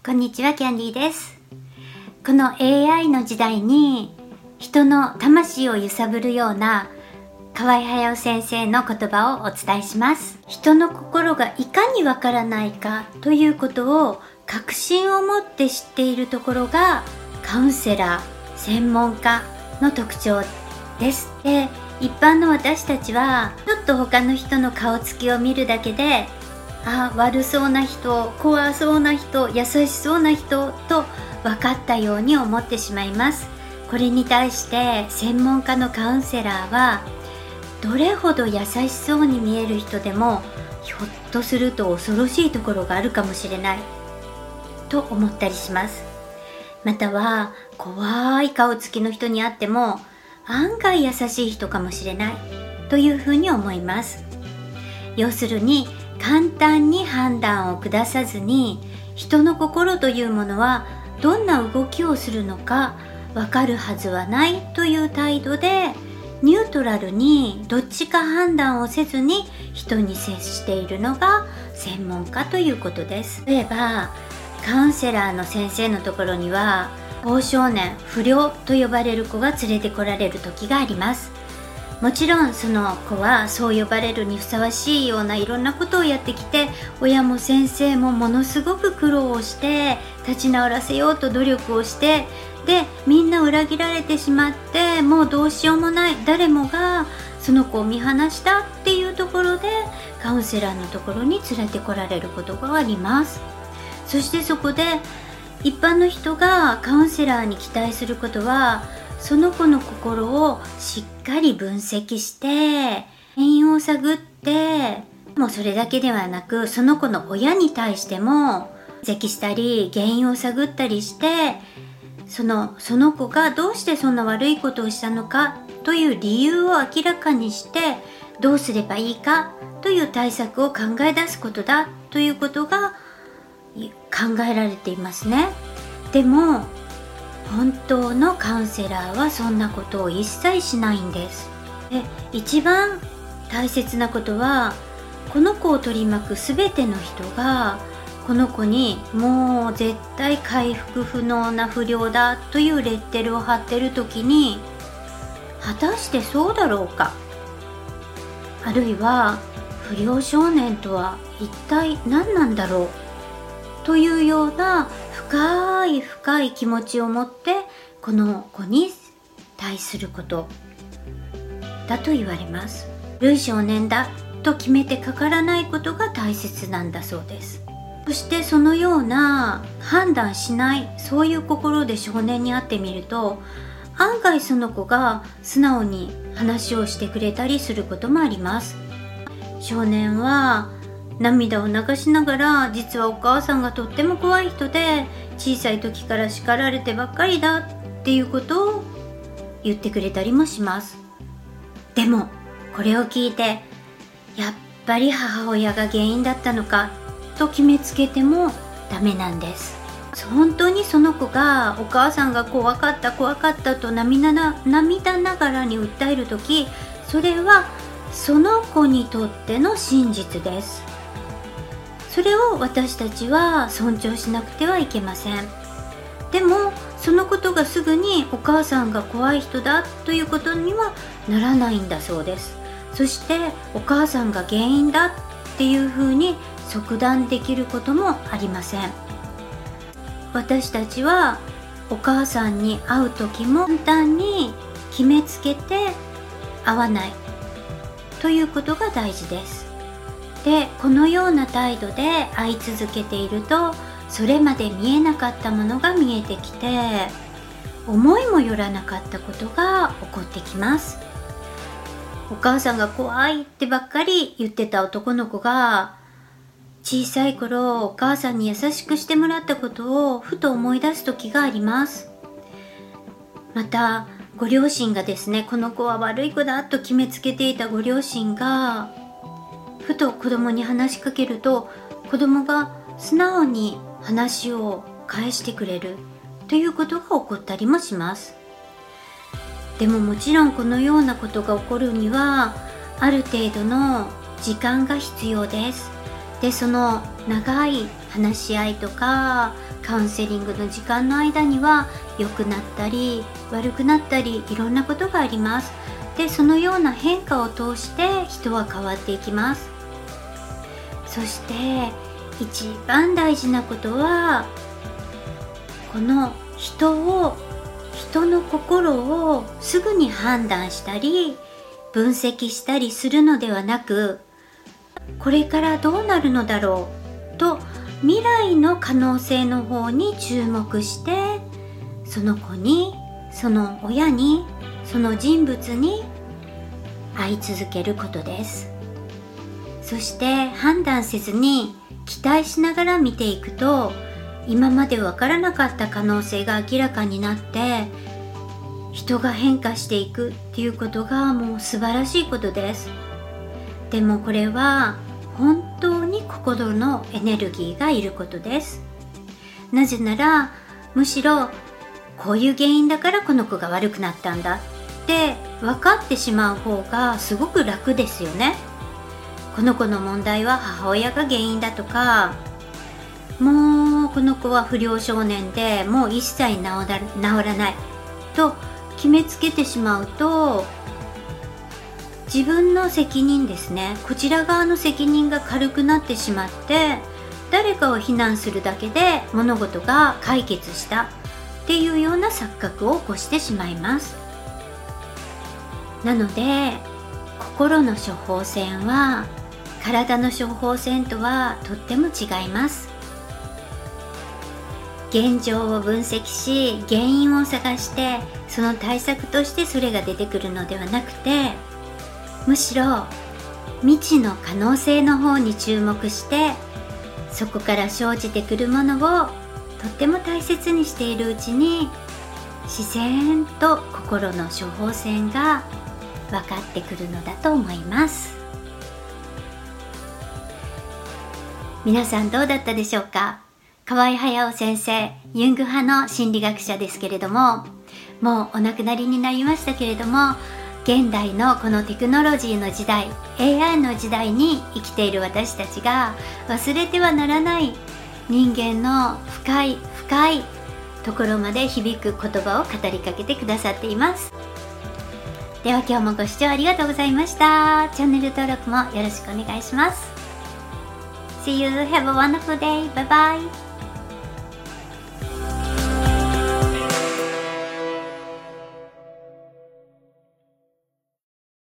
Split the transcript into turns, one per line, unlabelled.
こんにちは、キャンディーです。この AI の時代に人の魂を揺さぶるような河合隼先生の言葉をお伝えします。人の心がいかにわからないかということを確信を持って知っているところがカウンセラー、専門家の特徴です。で、一般の私たちはちょっと他の人の顔つきを見るだけで悪そうな人、怖そうな人、優しそうな人と分かったように思ってしまいます。これに対して専門家のカウンセラーはどれほど優しそうに見える人でもひょっとすると恐ろしいところがあるかもしれないと思ったりします。または怖い顔つきの人に会っても案外優しい人かもしれないというふうに思います。要するに簡単に判断を下さずに人の心というものはどんな動きをするのかわかるはずはないという態度でニュートラルにどっちか判断をせずに人に接しているのが専門家ということです。例えばカウンセラーの先生のところには青少年、不良と呼ばれる子が連れてこられる時があります。もちろんその子はそう呼ばれるにふさわしいようないろんなことをやってきて、親も先生もものすごく苦労をして立ち直らせようと努力をして、でみんな裏切られてしまってもうどうしようもない、誰もがその子を見放したっていうところでカウンセラーのところに連れてこられることがあります。そしてそこで一般の人がカウンセラーに期待することは、その子の心をしっかり分析して原因を探って、もうそれだけではなくその子の親に対しても分析したり原因を探ったりして、その子がどうしてそんな悪いことをしたのかという理由を明らかにしてどうすればいいかという対策を考え出すことだということが考えられていますね。でも本当のカウンセラーはそんなことを一切しないんです。で、一番大切なことはこの子を取り巻く全ての人がこの子にもう絶対回復不能な不良だというレッテルを貼ってる時に、果たしてそうだろうか、あるいは不良少年とは一体何なんだろうというような深い深い気持ちを持ってこの子に対することだと言われます。悪い少年だと決めてかからないことが大切なんだそうです。そしてそのような判断しない、そういう心で少年に会ってみると、案外その子が素直に話をしてくれたりすることもあります。少年は涙を流しながら、実はお母さんがとっても怖い人で小さい時から叱られてばっかりだっていうことを言ってくれたりもします。でもこれを聞いてやっぱり母親が原因だったのかと決めつけてもダメなんです。本当にその子がお母さんが怖かったと涙ながらに訴える時、それはその子にとっての真実です。それを私たちは尊重しなくてはいけません。でもそのことがすぐにお母さんが怖い人だということにはならないんだそうです。そしてお母さんが原因だっていうふうに即断できることもありません。私たちはお母さんに会う時も簡単に決めつけて会わないということが大事です。で、このような態度で会い続けていると、それまで見えなかったものが見えてきて、思いもよらなかったことが起こってきます。お母さんが怖いってばっかり言ってた男の子が、小さい頃お母さんに優しくしてもらったことをふと思い出す時があります。またご両親がですね、この子は悪い子だと決めつけていたご両親がふと子供に話しかけると、子供が素直に話を返してくれるということが起こったりもします。でももちろんこのようなことが起こるにはある程度の時間が必要です。 でその長い話し合いとかカウンセリングの時間の間には良くなったり悪くなったりいろんなことがあります。でそのような変化を通して人は変わっていきます。そして一番大事なことは、この人の心をすぐに判断したり分析したりするのではなく、これからどうなるのだろうと未来の可能性の方に注目して、その子に、その親に、その人物に会い続けることです。そして判断せずに期待しながら見ていくと、今までわからなかった可能性が明らかになって人が変化していくっていうことがもう素晴らしいことです。でもこれは本当に心のエネルギーがいることです。なぜなら、むしろこういう原因だからこの子が悪くなったんだって分かってしまう方がすごく楽ですよね。この子の問題は母親が原因だとか、もうこの子は不良少年でもう一切治らないと決めつけてしまうと、自分の責任ですね、こちら側の責任が軽くなってしまって、誰かを非難するだけで物事が解決したっていうような錯覚を起こしてしまいます。なので心の処方箋は体の処方箋とはとっても違います。現状を分析し原因を探して、その対策としてそれが出てくるのではなくて、むしろ未知の可能性の方に注目して、そこから生じてくるものをとっても大切にしているうちに、自然と心の処方箋が分かってくるのだと思います。皆さんどうだったでしょうか。河合隼先生、ユング派の心理学者ですけれども、もうお亡くなりになりましたけれども、現代のこのテクノロジーの時代、 AI の時代に生きている私たちが忘れてはならない人間の深い深いところまで響く言葉を語りかけてくださっています。では今日もご視聴ありがとうございました。チャンネル登録もよろしくお願いします。See you. Have a wonderful day. Bye bye.